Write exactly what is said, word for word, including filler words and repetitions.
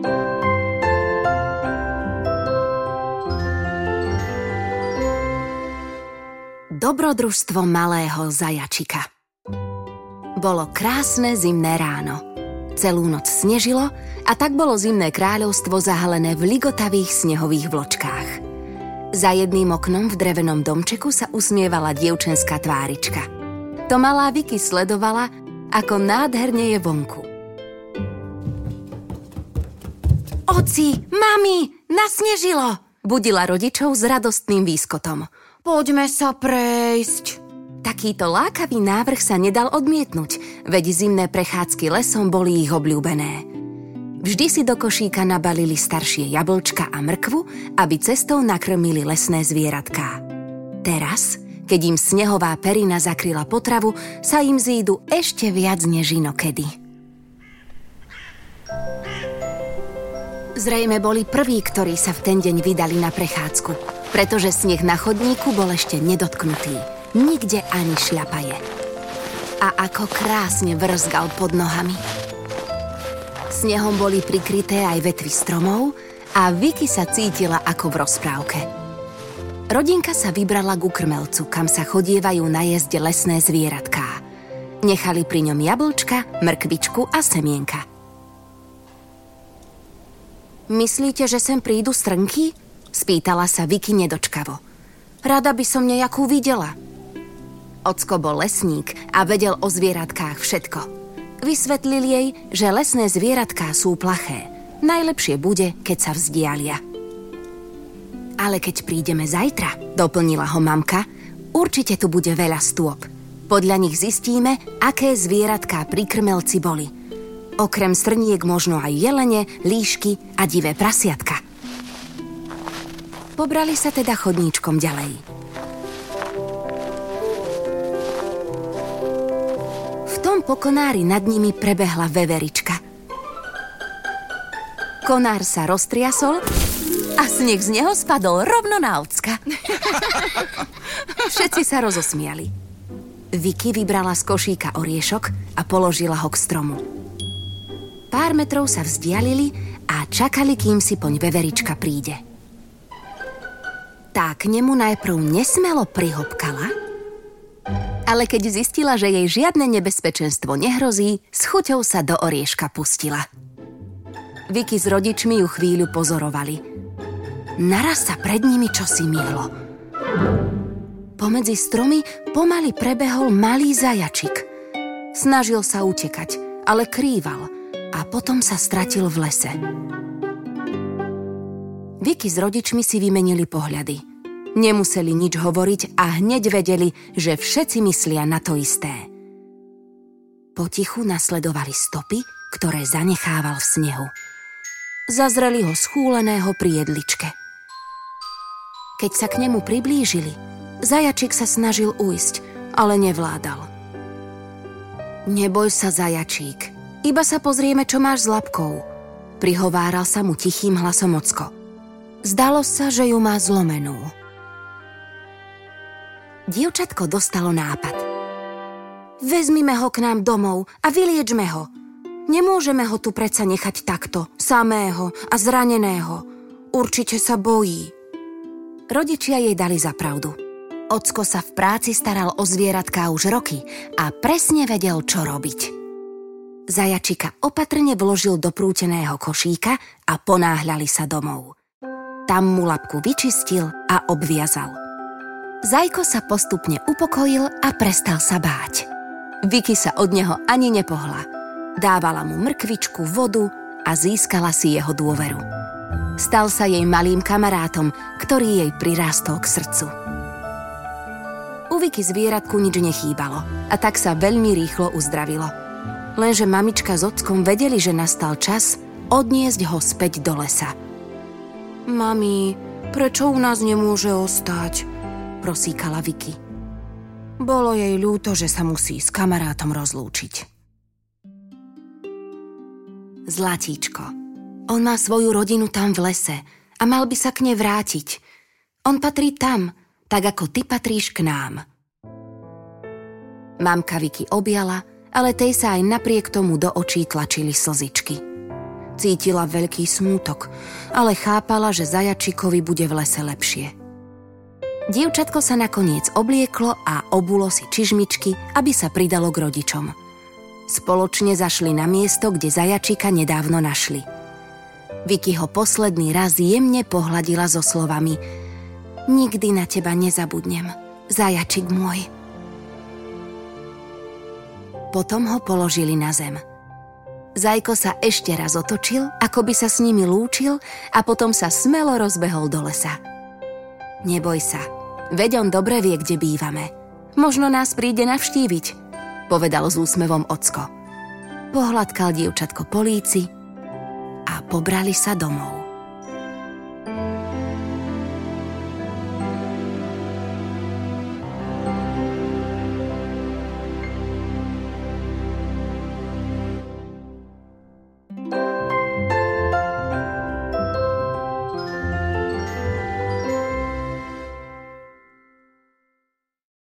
Dobrodružstvo malého zajačika. Bolo krásne zimné ráno. Celú noc snežilo a tak bolo zimné kráľovstvo zahalené v ligotavých snehových vločkách. Za jedným oknom v drevenom domčeku sa usmievala dievčenská tvárička. To malá Vicky sledovala, ako nádherne je vonku. Oci, mami, nasnežilo! Budila rodičov s radostným výskotom. Poďme sa prejsť. Takýto lákavý návrh sa nedal odmietnúť, veď zimné prechádzky lesom boli ich obľúbené. Vždy si do košíka nabalili staršie jablčka a mrkvu, aby cestou nakrmili lesné zvieratká. Teraz, keď im snehová perina zakryla potravu, sa im zídu ešte viac než inokedy. Zrejme boli prví, ktorí sa v ten deň vydali na prechádzku, pretože sneh na chodníku bol ešte nedotknutý. Nikde ani šľapaje. A ako krásne vrzgal pod nohami. Snehom boli prikryté aj vetvy stromov a Vicky sa cítila ako v rozprávke. Rodinka sa vybrala k ukrmelcu, kam sa chodievajú najesť lesné zvieratká. Nechali pri ňom jablčka, mrkvičku a semienka. Myslíte, že sem prídu strnky? Spýtala sa Vicky nedočkavo. Rada by som nejakú videla. Ocko bol lesník a vedel o zvieratkách všetko. Vysvetlil jej, že lesné zvieratká sú plaché. Najlepšie bude, keď sa vzdialia. Ale keď prídeme zajtra, doplnila ho mamka, určite tu bude veľa stôp. Podľa nich zistíme, aké zvieratká pri krmelci boli. Okrem strniek možno aj jelene, líšky a divé prasiatka. Pobrali sa teda chodníčkom ďalej. V tom pokonári nad nimi prebehla veverička. Konár sa roztriasol a sneh z neho spadol rovno na ocka. Všetci sa rozosmiali. Vicky vybrala z košíka oriešok a položila ho k stromu. Pár metrov sa vzdialili a čakali, kým si poň veverička príde. Tá k nemu najprv nesmelo prihopkala, ale keď zistila, že jej žiadne nebezpečenstvo nehrozí, s chuťou sa do orieška pustila. Vicky s rodičmi ju chvíľu pozorovali. Naraz sa pred nimi čosi myhlo. Pomedzi stromy pomaly prebehol malý zajačik. Snažil sa utekať, ale krýval a potom sa stratil v lese. Vicky s rodičmi si vymenili pohľady. Nemuseli nič hovoriť a hneď vedeli, že všetci myslia na to isté. Potichu nasledovali stopy, ktoré zanechával v snehu. Zazreli ho schúleného pri jedličke. Keď sa k nemu priblížili, zajačik sa snažil ujsť, ale nevládal. Neboj sa, zajačík, iba sa pozrieme, čo máš s labkou, prihováral sa mu tichým hlasom ocko. Zdalo sa, že ju má zlomenú. Dievčatko dostalo nápad. Vezmime ho k nám domov a vyliečme ho. Nemôžeme ho tu predsa nechať takto, samého a zraneného. Určite sa bojí. Rodičia jej dali za pravdu. Ocko sa v práci staral o zvieratká už roky a presne vedel, čo robiť. Zajačika opatrne vložil do prúteného košíka a ponáhľali sa domov. Tam mu labku vyčistil a obviazal. Zajko sa postupne upokojil a prestal sa báť. Vicky sa od neho ani nepohla. Dávala mu mrkvičku, vodu a získala si jeho dôveru. Stal sa jej malým kamarátom, ktorý jej prirástol k srdcu. U Vicky zvieratku nič nechýbalo a tak sa veľmi rýchlo uzdravilo. Lenže mamička s ockom vedeli, že nastal čas odniesť ho späť do lesa. Mami, prečo u nás nemôže ostať? Prosíkala Vicky. Bolo jej ľúto, že sa musí s kamarátom rozlúčiť. Zlatíčko, on má svoju rodinu tam v lese a mal by sa k nej vrátiť. On patrí tam, tak ako ty patríš k nám. Mamka Vicky objala, ale tej sa aj napriek tomu do očí tlačili slzičky. Cítila veľký smútok, ale chápala, že zajačikovi bude v lese lepšie. Dievčatko sa nakoniec oblieklo a obulo si čižmičky, aby sa pridalo k rodičom. Spoločne zašli na miesto, kde zajačika nedávno našli. Vicky ho posledný raz jemne pohľadila so slovami: Nikdy na teba nezabudnem, zajačik môj. Potom ho položili na zem. Zajko sa ešte raz otočil, ako by sa s nimi lúčil, a potom sa smelo rozbehol do lesa. Neboj sa, veď on dobre vie, kde bývame. Možno nás príde navštíviť, povedal s úsmevom ocko. Pohľadkal dievčatko po líci a pobrali sa domov.